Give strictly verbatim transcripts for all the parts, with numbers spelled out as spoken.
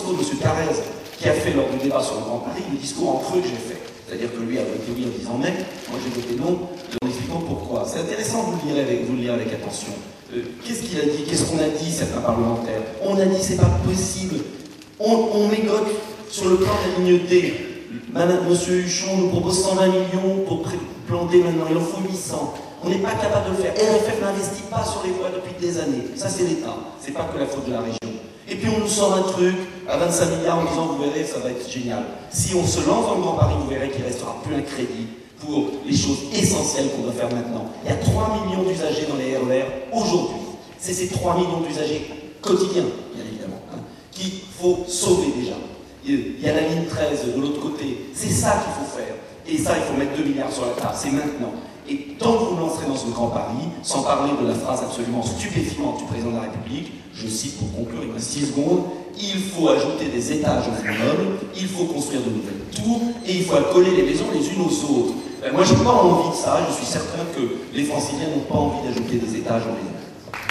discours de M. Carrez, qui a fait lors du débat sur le Grand Paris, le discours en creux que j'ai fait. C'est-à-dire que lui a voté oui en disant mais, moi j'ai voté non, en expliquant pourquoi. C'est intéressant, vous le lirez avec, vous le lirez avec attention. Euh, Qu'est-ce qu'il a dit? Qu'est-ce qu'on a dit, certains parlementaires? On a dit c'est pas possible. On, on mégote sur le plan de la ligne D. Madame, Monsieur Huchon nous propose cent vingt millions pour planter maintenant, il en faut huit cents. On n'est pas capable de le faire. R F F n'investit pas sur les voies depuis des années. Ça c'est l'État, c'est pas que la faute de la région. Et puis on nous sort un truc à vingt-cinq milliards en disant vous verrez, ça va être génial. Si on se lance dans le Grand Paris, vous verrez qu'il ne restera plus un crédit pour les choses essentielles qu'on doit faire maintenant. Il y a trois millions d'usagers dans les R E R aujourd'hui. C'est ces trois millions d'usagers quotidiens, bien évidemment, hein, qu'il faut sauver déjà. Il y a la ligne treize de l'autre côté. C'est ça qu'il faut faire. Et ça, il faut mettre deux milliards sur la table. C'est maintenant. Et tant que vous lancerez dans ce Grand Paris, sans parler de la phrase absolument stupéfiante du président de la République, je cite pour conclure, il me reste six secondes, il faut ajouter des étages aux immeubles, il faut construire de nouvelles tours, et il faut coller les maisons les unes aux autres. Ben moi, je n'ai pas envie de ça, je suis certain que les Franciliens n'ont pas envie d'ajouter des étages aux maisons.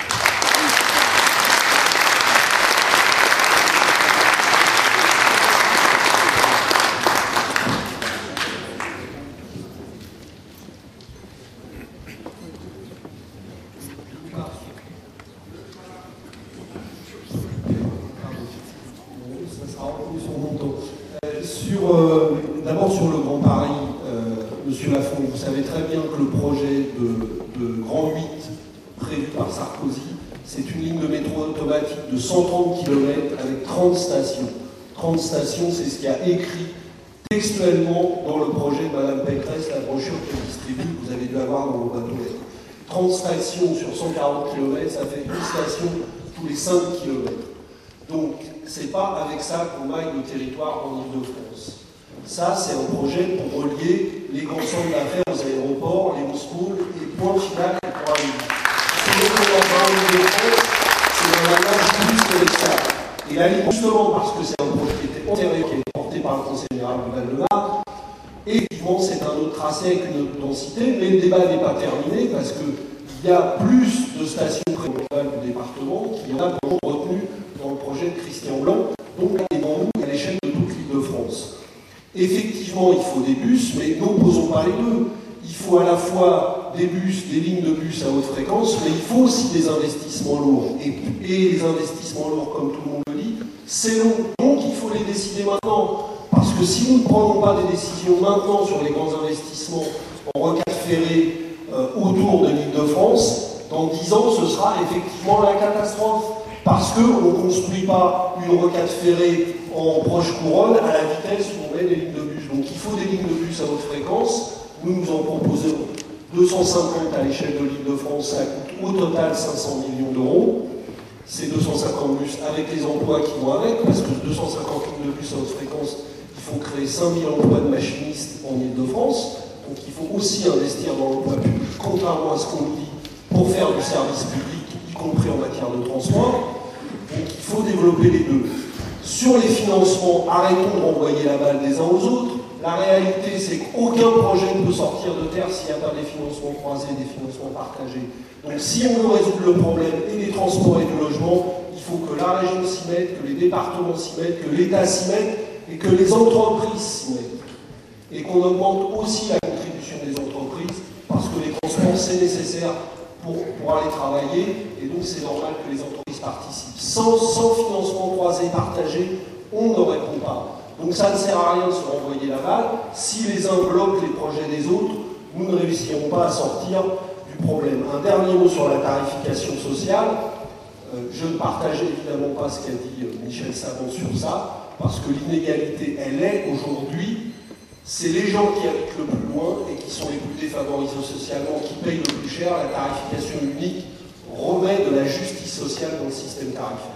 D'abord sur le Grand Paris, euh, Monsieur Lafont, vous savez très bien que le projet de, de Grand huit prévu par Sarkozy, c'est une ligne de métro automatique de cent trente kilomètres avec trente stations. trente stations, c'est ce qu'il y a écrit textuellement dans le projet de Mme Pécresse, la brochure qu'elle distribue, que vous avez dû avoir dans vos bateaux lettres. trente stations sur cent quarante kilomètres, ça fait une station tous les cinq kilomètres. Donc, c'est pas avec ça qu'on maille le territoire en Île-de-France. Ça, c'est un projet pour relier les grands centres d'affaires aux aéroports, les onze pôles, et point final pour aller. C'est le programme en Île-de-France, c'est dans la marge plus que ça. Et la ligne, justement, parce que c'est un projet qui était antérieur, qui est porté par le Conseil général du Val-de-Marne, effectivement, c'est un autre tracé avec une autre densité, mais le débat n'est pas terminé parce qu'il y a plus de stations préférentielles du département qu'il y en a pour retenu dans le projet de Christian Blanc, donc devant nous à l'échelle de toute l'Île-de-France. Effectivement, il faut des bus, mais n'opposons pas les deux. Il faut à la fois des bus, des lignes de bus à haute fréquence, mais il faut aussi des investissements lourds. Et, et les investissements lourds, comme tout le monde le dit, c'est long. Donc il faut les décider maintenant. Parce que si nous ne prenons pas des décisions maintenant sur les grands investissements en rocade ferrée euh, autour de l'Île-de-France, dans dix ans, ce sera effectivement la catastrophe. Parce qu'on ne construit pas une rocade ferrée en proche couronne à la vitesse où on met des lignes de bus. Donc il faut des lignes de bus à haute fréquence. Nous nous en proposons deux cent cinquante à l'échelle de l'Île-de-France. Ça coûte au total cinq cents millions d'euros. Ces deux cent cinquante bus avec les emplois qui vont avec, parce que deux cent cinquante lignes de bus à haute fréquence, il faut créer cinq mille emplois de machinistes en Île-de-France. Donc il faut aussi investir dans l'emploi public, contrairement à ce qu'on nous dit, pour faire du service public, y compris en matière de transport. Donc il faut développer les deux. Sur les financements, arrêtons de renvoyer la balle des uns aux autres. La réalité, c'est qu'aucun projet ne peut sortir de terre s'il n'y a pas des financements croisés, des financements partagés. Donc si on veut résoudre le problème et des transports et du logement, il faut que la région s'y mette, que les départements s'y mettent, que l'État s'y mette et que les entreprises s'y mettent. Et qu'on augmente aussi la contribution des entreprises, parce que les transports, c'est nécessaire pour, pour aller travailler, et donc c'est normal que les entreprises participent. Sans, sans financement croisé, partagé, on ne répond pas. Donc ça ne sert à rien de se renvoyer la balle. Si les uns bloquent les projets des autres, nous ne réussirons pas à sortir du problème. Un dernier mot sur la tarification sociale. Euh, je ne partage évidemment pas ce qu'a dit euh, Michel Savon sur ça, parce que l'inégalité, elle est aujourd'hui, c'est les gens qui habitent le plus loin et qui sont les plus défavorisés socialement, qui payent le plus cher. La tarification unique remet de la justice sociale dans le système tarifaire.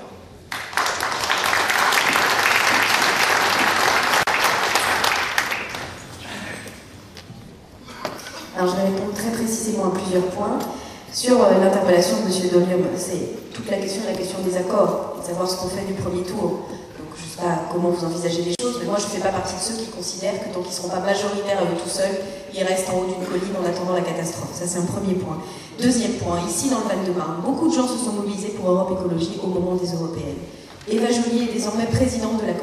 Alors je vais répondre très précisément à plusieurs points. Sur euh, l'interpellation de M. Dolium, c'est toute la question, la question des accords, de savoir ce qu'on fait du premier tour. Donc je ne sais pas comment vous envisagez les choses, mais moi je ne fais pas partie de ceux qui considèrent que tant qu'ils ne seront pas majoritaires à eux tout seuls, ils restent en haut d'une colline en attendant la catastrophe. Ça c'est un premier point. Deuxième point, ici dans le Val-de-Marne, beaucoup de gens se sont mobilisés pour Europe Écologie au moment des européennes. Eva Joly est désormais présidente de la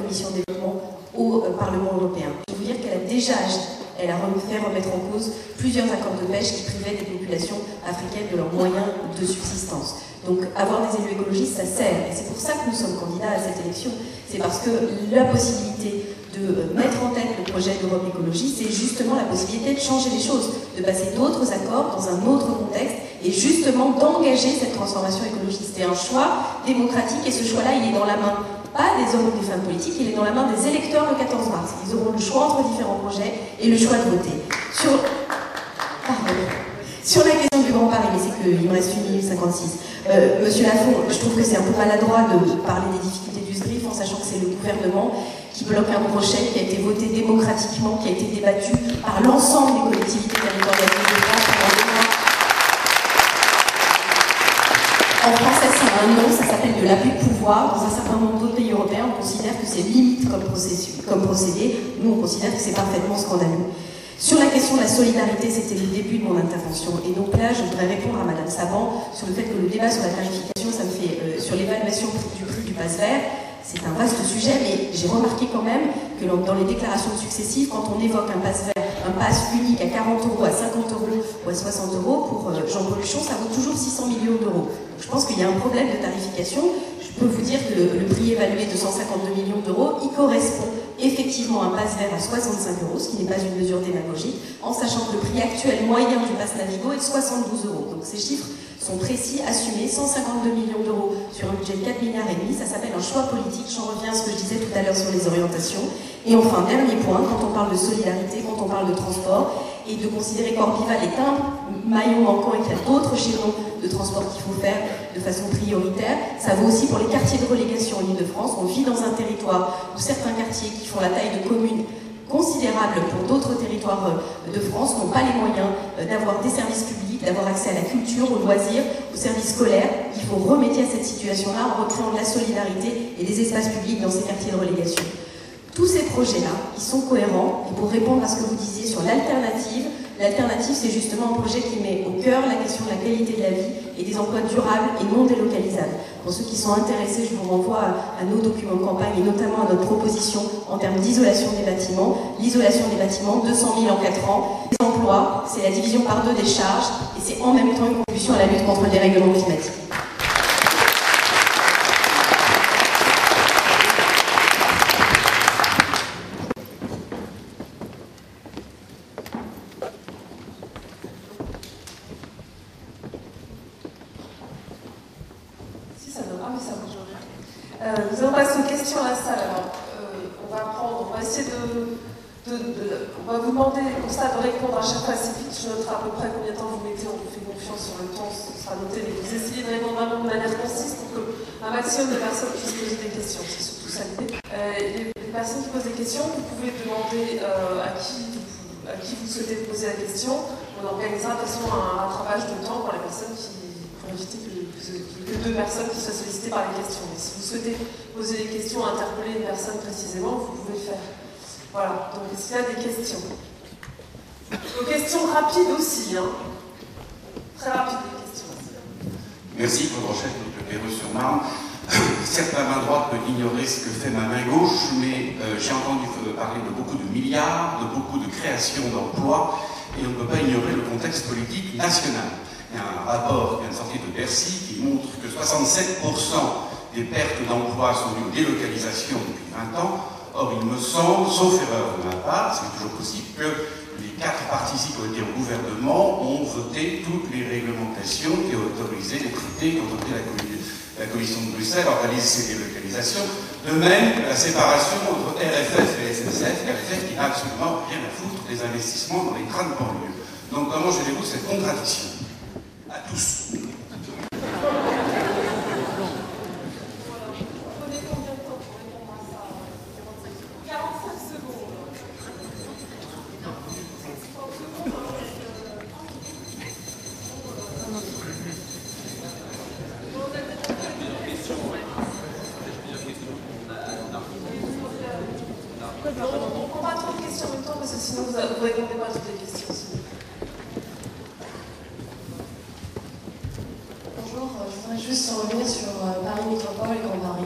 déjà agi. Elle a fait remettre en cause plusieurs accords de pêche qui privaient des populations africaines de leurs moyens de subsistance. Donc avoir des élus écologistes, ça sert. Et c'est pour ça que nous sommes candidats à cette élection. C'est parce que la possibilité de mettre en tête le projet d'Europe Écologie, c'est justement la possibilité de changer les choses, de passer d'autres accords dans un autre contexte et justement d'engager cette transformation écologiste. C'est un choix démocratique et ce choix-là, il est dans la main pas des hommes ou des femmes politiques, il est dans la main des électeurs le quatorze mars. Ils auront le choix entre différents projets et le choix de voter. Sur, Pardon. Sur la question du Grand Paris, mais c'est qu'il me reste une minute cinquante-six, euh, Monsieur Lafont, je trouve que c'est un peu maladroit de parler des difficultés du S D R I F en sachant que c'est le gouvernement qui bloque un projet qui a été voté démocratiquement, qui a été débattu par l'ensemble des collectivités territoriales de France pendant des mois. En français, ça a un nom, ça s'appelle de l'abus de pouvoir. Dans un certain nombre d'autres pays européens, on considère que c'est limite comme, comme procédé. Nous, on considère que c'est parfaitement scandaleux. Sur la question de la solidarité, c'était le début de mon intervention. Et donc là, je voudrais répondre à Madame Saban sur le fait que le débat sur la tarification, ça me fait euh, sur l'évaluation du prix du pass vert. C'est un vaste sujet, mais j'ai remarqué quand même que dans les déclarations successives, quand on évoque un pass vert, un pass unique à quarante euros, à cinquante euros ou à soixante euros, pour Jean Poluchon, ça vaut toujours six cents millions d'euros. Je pense qu'il y a un problème de tarification. Je peux vous dire que le, le prix évalué de cent cinquante-deux millions d'euros, il correspond effectivement à un pass vert à soixante-cinq euros, ce qui n'est pas une mesure démagogique, en sachant que le prix actuel moyen du pass Navigo est de soixante-douze euros. Donc ces chiffres sont précis, assumés, cent cinquante-deux millions d'euros sur un budget de quatre milliards et demi, ça s'appelle un choix politique, j'en reviens à ce que je disais tout à l'heure sur les orientations. Et enfin, dernier point, quand on parle de solidarité, quand on parle de transport, et de considérer qu'Orbival est un maillon manquant et qu'il y a d'autres chaînons de transport qu'il faut faire de façon prioritaire, ça vaut aussi pour les quartiers de relégation en Île-de-France. On vit dans un territoire où certains quartiers qui font la taille de communes considérables pour d'autres territoires de France n'ont pas les moyens d'avoir des services publics, d'avoir accès à la culture, aux loisirs, aux services scolaires. Il faut remédier à cette situation-là en recréant de la solidarité et des espaces publics dans ces quartiers de relégation. Tous ces projets-là, ils sont cohérents, et pour répondre à ce que vous disiez sur l'alternative, l'alternative c'est justement un projet qui met au cœur la question de la qualité de la vie et des emplois durables et non délocalisables. Pour ceux qui sont intéressés, je vous renvoie à, à nos documents de campagne et notamment à notre proposition en termes d'isolation des bâtiments. L'isolation des bâtiments, deux cent mille en quatre ans. Les emplois, c'est la division par deux des charges et c'est en même temps une contribution à la lutte contre le dérèglement climatique. De personnes qui se posent des questions, c'est surtout ça l'idée. Euh, les, les personnes qui posent des questions, vous pouvez demander euh, à, qui vous, à qui vous souhaitez poser la question. On organisera de toute façon un rattrapage de temps pour les personnes qui, pour éviter que, que, que deux personnes qui soient sollicitées par les questions. Mais si vous souhaitez poser des questions, interpeller une personne précisément, vous pouvez le faire. Voilà, donc est-ce qu'il y a des questions? Des questions rapides aussi, hein. Très rapides les questions. Merci, Claude Rochette, de Perreux-sur-Marne. Certes, ma main droite peut ignorer ce que fait ma main gauche, mais euh, j'ai entendu parler de beaucoup de milliards, de beaucoup de créations d'emplois, et on ne peut pas ignorer le contexte politique national. Il y a un rapport qui vient de sortir de Bercy qui montre que soixante-sept pour cent des pertes d'emplois sont dues aux délocalisations depuis vingt ans. Or, il me semble, sauf erreur de ma part, c'est toujours possible, que les quatre partis qui ont été au gouvernement ont voté toutes les réglementations qui autorisaient les traités, qui ont voté la communauté. La Commission de Bruxelles organise ces délocalisations, de même que la séparation entre R F F et S N C F, R F F qui n'a absolument rien à foutre des investissements dans les trains de banlieue. Donc comment gérez-vous cette contradiction? À tous.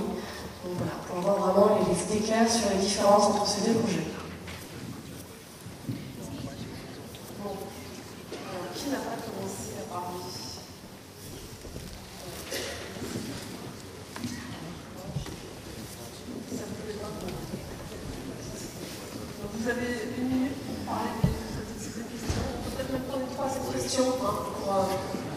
Sur les différences entre ces deux projets. vous avez une minute pour parler de ces deux questions. On peut peut-être même prendre une troisième question hein, pour... Euh...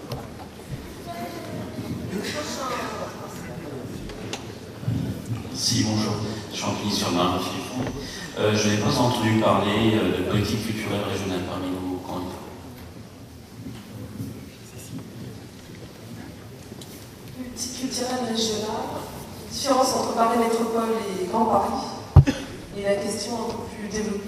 Si, bonjour. Champigny sur Marne, euh, je n'ai pas entendu parler euh, de politique culturelle régionale parmi vos candidats. Politique culturelle régionale, différence entre Paris Métropole et Grand Paris, et la question un peu plus développée.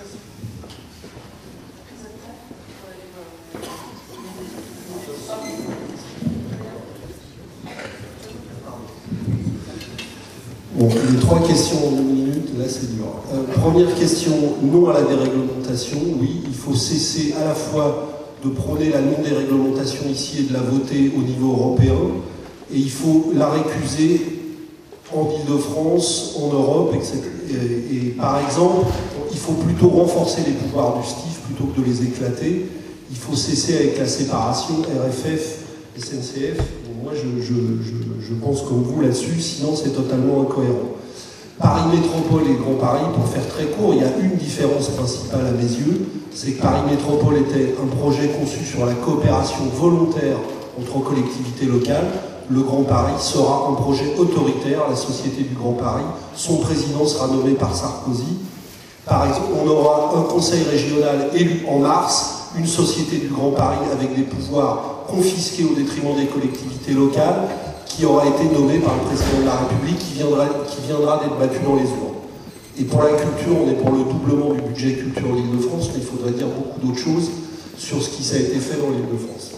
Bon, les trois questions en une minute, là c'est dur. Euh, première question, non à la déréglementation. Oui, il faut cesser à la fois de prôner la non-déréglementation ici et de la voter au niveau européen, et il faut la récuser en Île-de-France, en Europe, et cetera. Et, et par exemple, il faut plutôt renforcer les pouvoirs du S T I F plutôt que de les éclater. Il faut cesser avec la séparation R F F, S N C F. Moi, je, je, je, je pense comme vous là-dessus, sinon c'est totalement incohérent. Paris Métropole et Grand Paris, pour faire très court, il y a une différence principale à mes yeux, c'est que Paris Métropole était un projet conçu sur la coopération volontaire entre collectivités locales. Le Grand Paris sera un projet autoritaire, la Société du Grand Paris. Son président sera nommé par Sarkozy. Par exemple, on aura un conseil régional élu en mars, une Société du Grand Paris avec des pouvoirs confisqués au détriment des collectivités locales, qui aura été nommé par le président de la République, qui viendra, qui viendra d'être battu dans les urnes. Et pour la culture, on est pour le doublement du budget culture de l'Île-de-France, mais il faudrait dire beaucoup d'autres choses sur ce qui a été fait dans l'Île-de-France.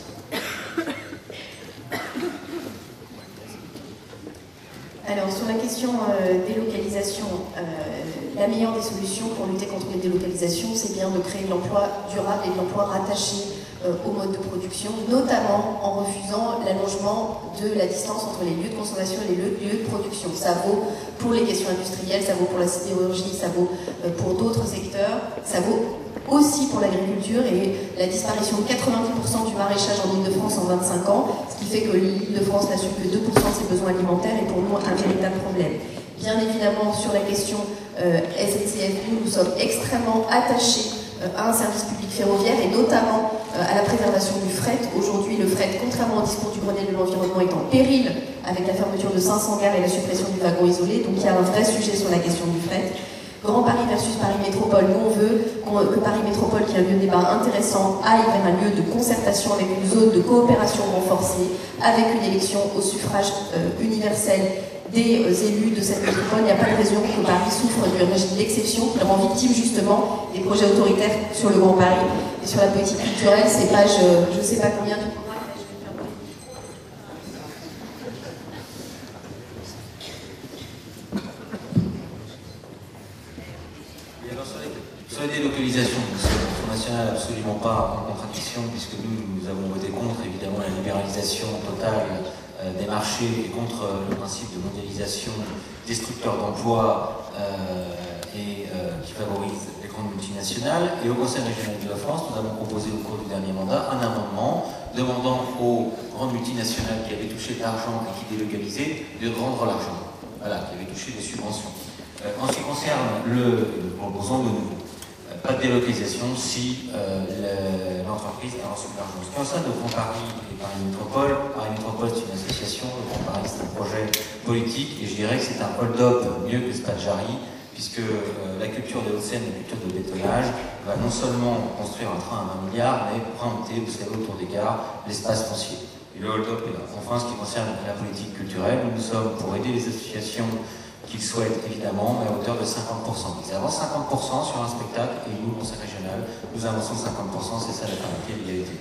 Alors, sur la question euh, délocalisation, euh, la meilleure des solutions pour lutter contre les délocalisations, c'est bien de créer de l'emploi durable et de l'emploi rattaché euh, au mode de production, notamment en refusant l'allongement de la distance entre les lieux de consommation et les lieux, lieux de production. Ça vaut pour les questions industrielles, ça vaut pour la sidérurgie, ça vaut euh, pour d'autres secteurs, ça vaut aussi pour l'agriculture et la disparition de quatre-vingt-dix pour cent du maraîchage en Île-de-France en vingt-cinq ans, ce qui fait que l'Île-de-France n'a su que deux pour cent de ses besoins alimentaires et pour nous un véritable problème. Bien évidemment, sur la question euh, S N C F, nous, nous sommes extrêmement attachés euh, à un service public ferroviaire et notamment euh, à la préservation du fret. Aujourd'hui, le fret, contrairement au discours du Grenelle de l'environnement, est en péril avec la fermeture de cinq cents gares et la suppression du wagon isolé. Donc il y a un vrai sujet sur la question du fret. Grand Paris versus Paris Métropole, nous on veut que Paris Métropole, qui est un lieu de débat intéressant, aille vers un lieu de concertation avec une zone de coopération renforcée, avec une élection au suffrage euh, universel des euh, élus de cette métropole. Il n'y a pas de raison que Paris souffre d'un régime d'exception qui le rend victime justement des projets autoritaires sur le Grand Paris. Et sur la politique culturelle, c'est page, euh, je ne sais pas combien de... Sur les délocalisations, c'est le Front National absolument pas en contradiction, puisque nous, nous avons voté contre évidemment la libéralisation totale euh, des marchés et contre euh, le principe de mondialisation destructeur d'emplois euh, et euh, qui favorise les grandes multinationales. Et au Conseil régional de la France, nous avons proposé au cours du dernier mandat un amendement demandant aux grandes multinationales qui avaient touché de l'argent et qui délocalisaient de rendre l'argent, voilà, qui avaient touché des subventions. Euh, en ce qui concerne le, le proposant de nouveau, pas de délocalisation si euh, l'entreprise a reçu de l'argent. Ce qui concerne le Grand Paris et Paris Métropole, Paris Métropole c'est une association, le Grand Paris c'est un projet politique et je dirais que c'est un hold-up mieux que Spadjari, puisque euh, la culture des Hauts-de-Seine, la culture de bétonnage, va non seulement construire un train à vingt milliards, mais présenter, vous savez, autour des gares, l'espace foncier. Et le hold-up est là. Enfin, ce qui concerne la politique culturelle, nous, nous sommes pour aider les associations qu'ils souhaitent évidemment, mais à hauteur de cinquante pour cent. Ils avancent cinquante pour cent sur un spectacle et nous, au Conseil régional, nous avançons cinquante pour cent, c'est ça la parité et l'égalité.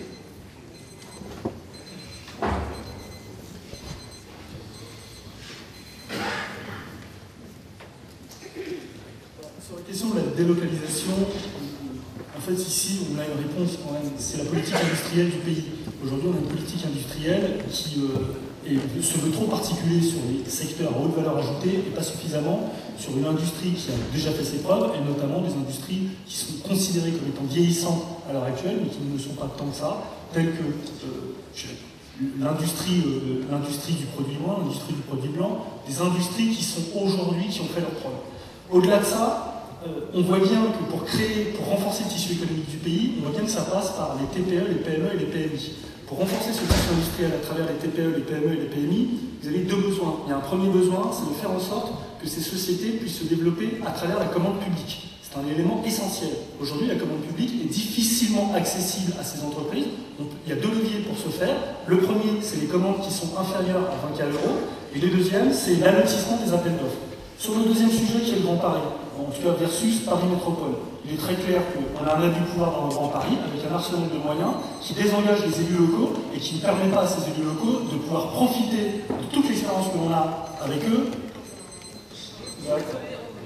Sur la question de la délocalisation, en fait ici on a une réponse quand même, c'est la politique industrielle du pays. Aujourd'hui on a une politique industrielle qui euh, et se veut trop particulier sur les secteurs à haute valeur ajoutée et pas suffisamment sur une industrie qui a déjà fait ses preuves, et notamment des industries qui sont considérées comme étant vieillissantes à l'heure actuelle, mais qui ne le sont pas tant que ça, telles que euh, l'industrie euh, l'industrie du produit noir, l'industrie du produit blanc, des industries qui sont aujourd'hui, qui ont fait leurs preuves. Au-delà de ça, euh, on voit bien que pour créer, pour renforcer le tissu économique du pays, on voit bien que ça passe par les T P E, les P M E et les P M I. Pour renforcer ce tissu industriel à travers les T P E, les P M E et les P M I, vous avez deux besoins. Il y a un premier besoin, c'est de faire en sorte que ces sociétés puissent se développer à travers la commande publique. C'est un élément essentiel. Aujourd'hui, la commande publique est difficilement accessible à ces entreprises. Donc, il y a deux leviers pour ce faire. Le premier, c'est les commandes qui sont inférieures à vingt K euros. Et le deuxième, c'est l'allotissement des appels d'offres. Sur le deuxième sujet, qui est le Grand Paris, en tout cas versus Paris Métropole, il est très clair qu'on a un abus de pouvoir dans le Grand Paris, avec un arsenal de moyens qui désengage les élus locaux et qui ne permet pas à ces élus locaux de pouvoir profiter de toute l'expérience que l'on a avec eux. D'accord.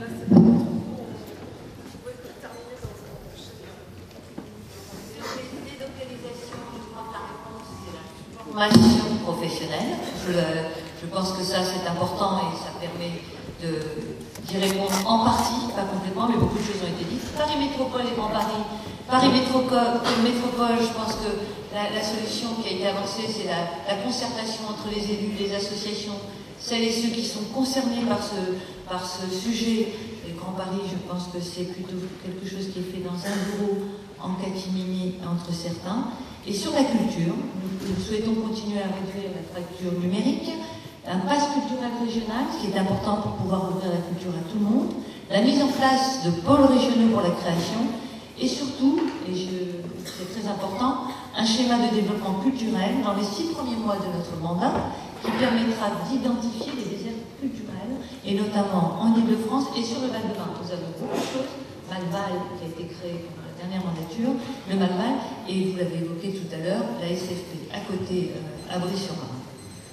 Formation professionnelle, je, je pense que ça c'est important et ça permet d'y répondre en partie, pas complètement, mais beaucoup de choses ont été dites. Paris Métropole et Grand Paris. Paris Métropole, Métropole je pense que la, la solution qui a été avancée, c'est la, la concertation entre les élus, les associations, celles et ceux qui sont concernés par ce, par ce sujet. Et Grand Paris, je pense que c'est plutôt quelque chose qui est fait dans un bureau en catimini entre certains. Et sur la culture, nous souhaitons continuer à réduire la fracture numérique, un pass culturel régional, ce qui est important pour pouvoir ouvrir la culture à tout le monde, la mise en place de pôles régionaux pour la création, et surtout, et c'est très important, un schéma de développement culturel dans les six premiers mois de notre mandat, qui permettra d'identifier les déserts culturels, et notamment en Ile-de-France et sur le Val-de-Marne. Nous avons beaucoup de choses. Malval, qui a été créé pendant la dernière mandature, le Malval, et vous l'avez évoqué tout à l'heure, la S F P, à côté, euh, à Brie-sur-Marne.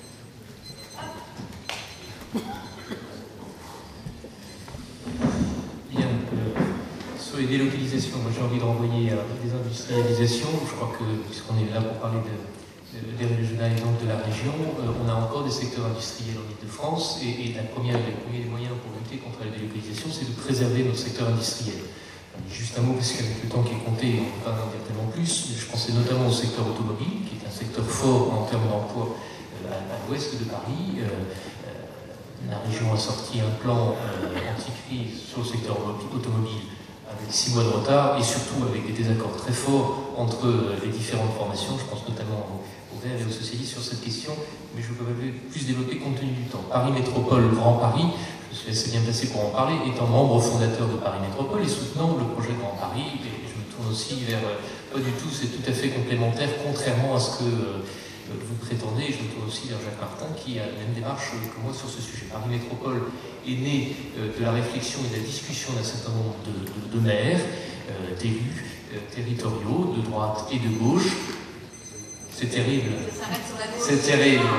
Bien, euh, sur les délocalisations, moi j'ai envie de renvoyer à des industrialisations. Je crois que, puisqu'on est là pour parler de, de, des régionales et donc de la région, euh, on a encore des secteurs industriels en Ile-de-France, et, et la première, les premiers moyens pour lutter contre la délocalisation, c'est de préserver nos secteurs industriels. Juste un mot, parce qu'avec le temps qui est compté, on ne peut pas en dire tellement plus. Je pensais notamment au secteur automobile, qui est un secteur fort en termes d'emploi euh, à, à l'ouest de Paris. Euh, euh, la région a sorti un plan euh, anti-crise sur le secteur automobile avec six mois de retard et surtout avec des désaccords très forts entre euh, les différentes formations. Je pense notamment aux, aux Verts et aux socialistes sur cette question, mais je peux plus développer compte tenu du temps. Paris Métropole, Grand Paris. Je suis assez bien placé pour en parler, étant membre fondateur de Paris Métropole et soutenant le projet Grand Paris. Et je me tourne aussi vers, euh, pas du tout, c'est tout à fait complémentaire, contrairement à ce que euh, vous prétendez. Je me tourne aussi vers Jacques Martin, qui a la même démarche que moi sur ce sujet. Paris Métropole est né euh, de la réflexion et de la discussion d'un certain nombre de, de, de maires, euh, d'élus euh, territoriaux, de droite et de gauche. C'est terrible. C'est terrible.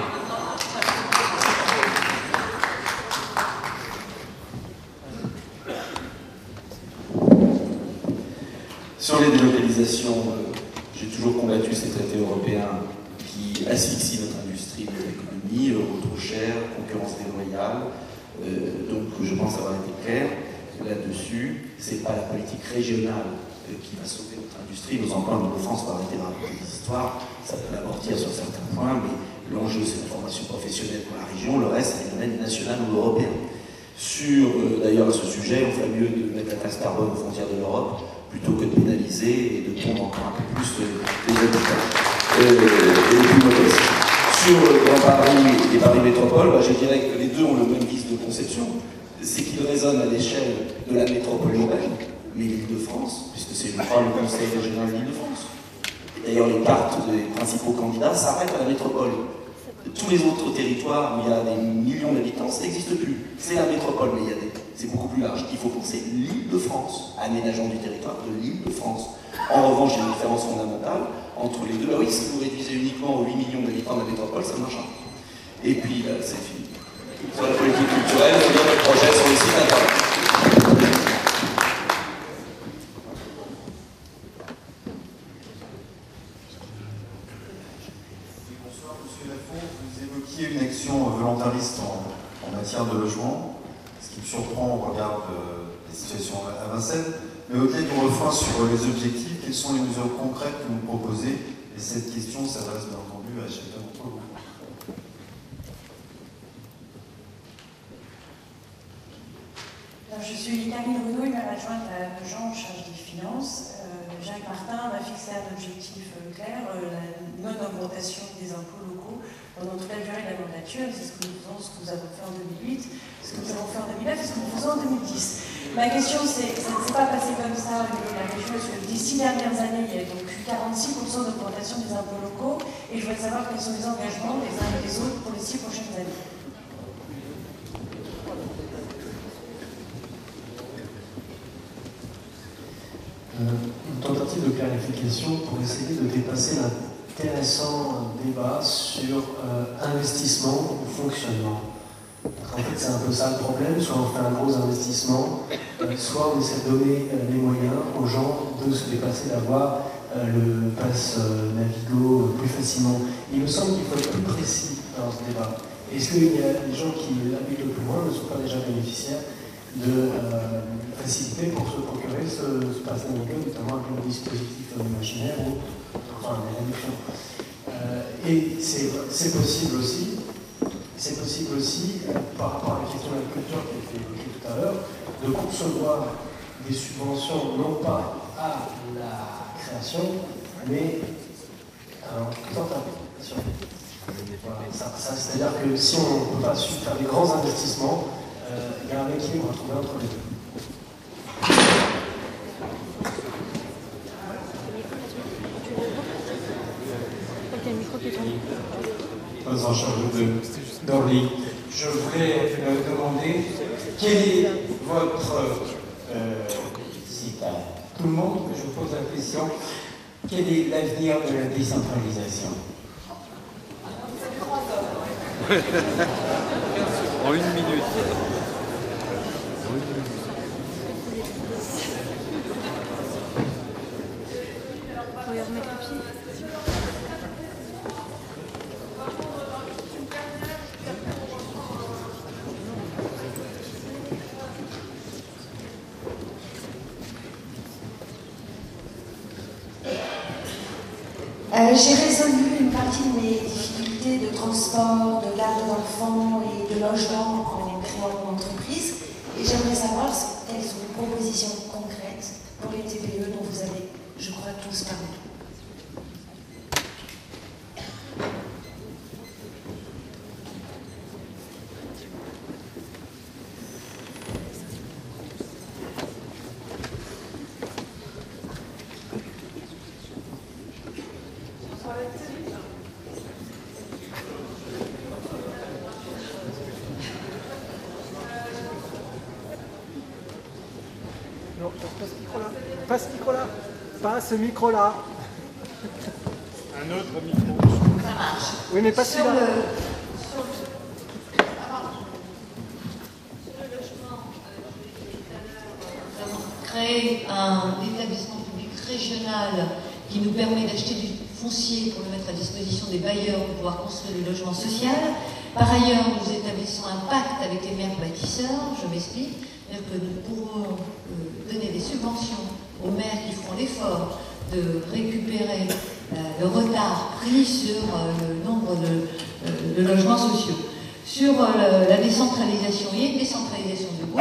Sur les délocalisations, euh, j'ai toujours combattu ces traités européens qui asphyxient notre industrie, notre économie, euro trop cher, concurrence déloyale. Euh, donc je pense avoir été clair là-dessus. C'est pas la politique régionale euh, qui va sauver notre industrie. Nos emplois en France, va arrêter de raconter des histoires. Ça peut l'amortir sur certains points, mais l'enjeu c'est la formation professionnelle pour la région. Le reste, c'est le domaine national ou européen. Sur, euh, d'ailleurs, à ce sujet, on ferait mieux de mettre la taxe carbone aux frontières de l'Europe plutôt que de pénaliser et de pondre encore un peu plus les habitants euh, et les plus modestes. Sur le Grand Paris et Paris Métropole, bah, je dirais que les deux ont le même vice de conception, c'est qu'ils résonnent à l'échelle de la métropole urbaine, mais l'Île-de-France, puisque c'est je crois, le Conseil régional de l'Île-de-France. D'ailleurs, les cartes des principaux candidats s'arrêtent à la métropole. Tous les autres territoires où il y a des millions d'habitants, ça n'existe plus. C'est la métropole, mais il y a des... c'est beaucoup plus large. Il faut penser l'Île-de-France, aménageant du territoire de l'Île-de-France. En revanche, il y a une différence fondamentale entre les deux. Ah oui, si vous réduisez uniquement aux huit millions d'habitants de la métropole, ça ne marche pas. Et puis, là, c'est fini. Sur la politique culturelle, il y a notre projet sur le site internet. Une action volontariste en, en matière de logement, ce qui me surprend au regard de la situation à Vincennes, mais au-delà du refrain sur les objectifs, quelles sont les mesures concrètes que vous proposez? Et cette question s'adresse bien entendu à chacun d'entre vous. La je suis Karine Renaud, maire adjointe à Jean en charge des finances. Euh, Jacques Martin a fixé un objectif euh, clair, euh, la non-augmentation des impôts locaux pendant toute la durée de la mandature. C'est ce que nous faisons, ce que nous avons fait en deux mille huit, ce que nous avons fait en deux mille neuf et ce que nous faisons en deux mille dix. Ma question, c'est, ça ne s'est pas passé comme ça au niveau de la région, parce que les six dernières années, il y a donc eu quarante-six pour cent d'augmentation des impôts locaux, et je voudrais savoir quels sont les engagements des uns et des autres pour les six prochaines années. Une tentative de clarification pour essayer de dépasser l'intéressant débat sur euh, investissement ou fonctionnement. En fait, c'est un peu ça le problème, soit on fait un gros investissement, euh, soit on essaie de donner euh, les moyens aux gens de se dépasser, d'avoir euh, le pass euh, Navigo euh, plus facilement. Il me semble qu'il faut être plus précis dans ce débat. Est-ce qu'il y a des gens qui habitent le plus loin ne sont pas déjà bénéficiaires de euh, facilité pour se procurer ce, ce pass Navigo, notamment avec le dispositif imaginaire ou enfin les réductions. Euh, et c'est possible aussi, c'est possible aussi, euh, par rapport à la question de l'agriculture qui a été évoquée tout à l'heure, de concevoir des subventions non pas à la création, mais à l'entreprise. Voilà, ça, ça, c'est-à-dire que si on ne peut pas faire des grands investissements, euh, il y a un équilibre à trouver entre les deux. En charge de d'Orly. Je voulais euh, demander quel est votre, euh, c'est à tout le monde que je vous pose la question, quel est l'avenir de la décentralisation? En une minute. Euh, J'ai résolu une partie de mes difficultés de transport, de garde d'enfants et de logement en créant mon entreprise. Et j'aimerais savoir quelles sont les propositions concrètes pour les T P E dont vous avez, je crois, tous parlé. Non, pas ce micro-là. Pas ce micro-là. Pas ce micro-là. Un autre micro. Ça marche. Oui, mais pas celui-là. Sur le, sur le, sur le logement, euh, je l'ai dit tout à l'heure, nous avons créé un établissement public régional qui nous permet d'acheter du foncier pour le mettre à disposition des bailleurs pour pouvoir construire du logement social. Par ailleurs, nous établissons un pacte avec les maires bâtisseurs, je m'explique, c'est-à-dire que nous pourrons euh, donner des subventions aux maires qui feront l'effort de récupérer euh, le retard pris sur euh, le nombre de, euh, de logements sociaux. Sur euh, la décentralisation, il y a une décentralisation du